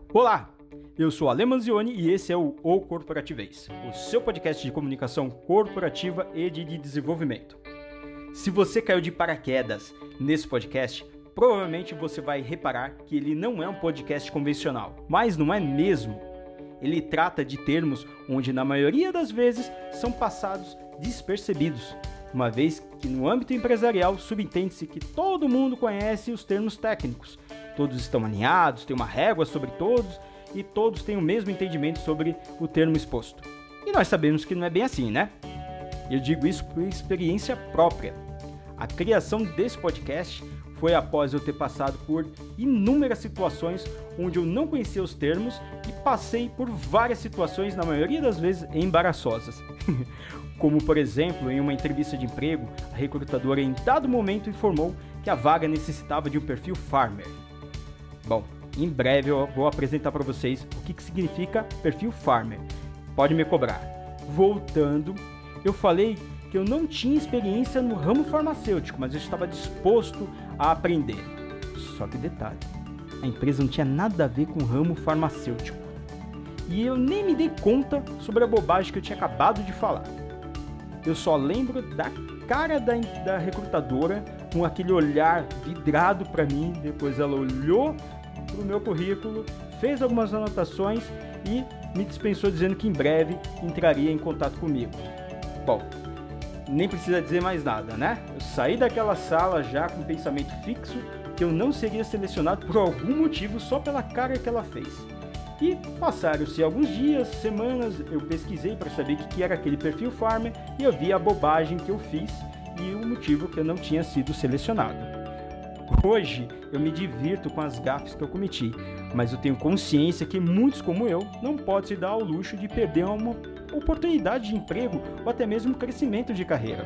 Olá, eu sou Ale Manzioni e esse é o Corporativez, o seu podcast de comunicação corporativa e de desenvolvimento. Se você caiu de paraquedas nesse podcast, provavelmente você vai reparar que ele não é um podcast convencional, mas não é mesmo. Ele trata de termos onde na maioria das vezes são passados despercebidos, uma vez que no âmbito empresarial subentende-se que todo mundo conhece os termos técnicos. Todos estão alinhados, tem uma régua sobre todos e todos têm o mesmo entendimento sobre o termo exposto. E nós sabemos que não é bem assim, né? Eu digo isso por experiência própria. A criação desse podcast foi após eu ter passado por inúmeras situações onde eu não conhecia os termos e passei por várias situações, na maioria das vezes, embaraçosas. Como, por exemplo, em uma entrevista de emprego, a recrutadora em dado momento informou que a vaga necessitava de um perfil farmer. Bom, em breve eu vou apresentar para vocês o que significa perfil farmer. Pode me cobrar. Voltando, eu falei que eu não tinha experiência no ramo farmacêutico, mas eu estava disposto a aprender. Só que detalhe, a empresa não tinha nada a ver com o ramo farmacêutico. E eu nem me dei conta sobre a bobagem que eu tinha acabado de falar. Eu só lembro da cara da recrutadora com aquele olhar vidrado para mim. Depois ela olhou para o meu currículo, fez algumas anotações e me dispensou dizendo que em breve entraria em contato comigo. Bom, nem precisa dizer mais nada, né? Eu saí daquela sala já com o pensamento fixo que eu não seria selecionado por algum motivo só pela cara que ela fez. E passaram-se alguns dias, semanas, eu pesquisei para saber o que era aquele perfil farmer e eu vi a bobagem que eu fiz e o motivo que eu não tinha sido selecionado. Hoje eu me divirto com as gafes que eu cometi, mas eu tenho consciência que muitos como eu não podem se dar ao luxo de perder uma oportunidade de emprego ou até mesmo crescimento de carreira.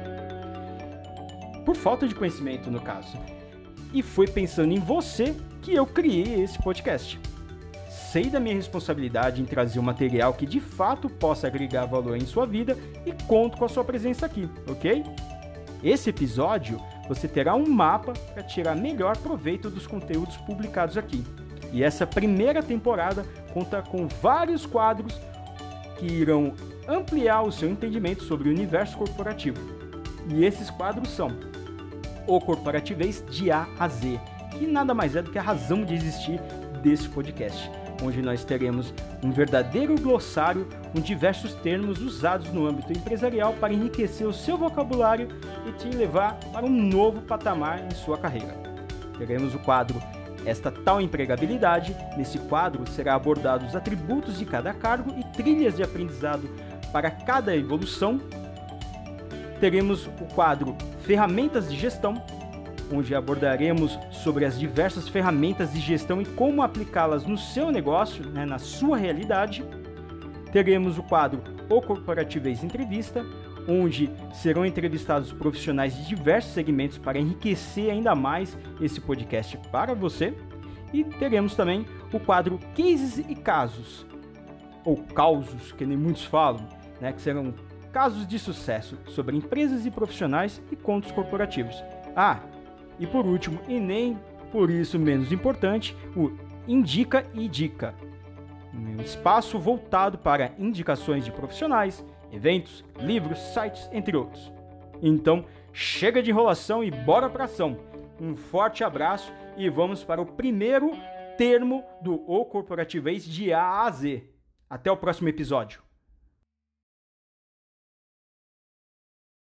Por falta de conhecimento, no caso. E foi pensando em você que eu criei esse podcast. Sei da minha responsabilidade em trazer um material que de fato possa agregar valor em sua vida e conto com a sua presença aqui, ok? Esse episódio você terá um mapa para tirar melhor proveito dos conteúdos publicados aqui. E essa primeira temporada conta com vários quadros que irão ampliar o seu entendimento sobre o universo corporativo. E esses quadros são o Corporativez de A a Z, que nada mais é do que a razão de existir desse podcast, onde nós teremos um verdadeiro glossário com diversos termos usados no âmbito empresarial para enriquecer o seu vocabulário e te levar para um novo patamar em sua carreira. Teremos o quadro Esta Tal Empregabilidade. Nesse quadro será abordado os atributos de cada cargo e trilhas de aprendizado para cada evolução. Teremos o quadro Ferramentas de Gestão, onde abordaremos sobre as diversas ferramentas de gestão e como aplicá-las no seu negócio, na sua realidade. Teremos o quadro O Corporativez Entrevista, onde serão entrevistados profissionais de diversos segmentos para enriquecer ainda mais esse podcast para você. E teremos também o quadro Cases e Casos, ou causos, que nem muitos falam, que serão casos de sucesso sobre empresas e profissionais e contos corporativos. E por último, e nem por isso menos importante, o Indica e Dica, um espaço voltado para indicações de profissionais, eventos, livros, sites, entre outros. Então, chega de enrolação e bora pra ação. Um forte abraço e vamos para o primeiro termo do O Corporativez de A a Z. Até o próximo episódio.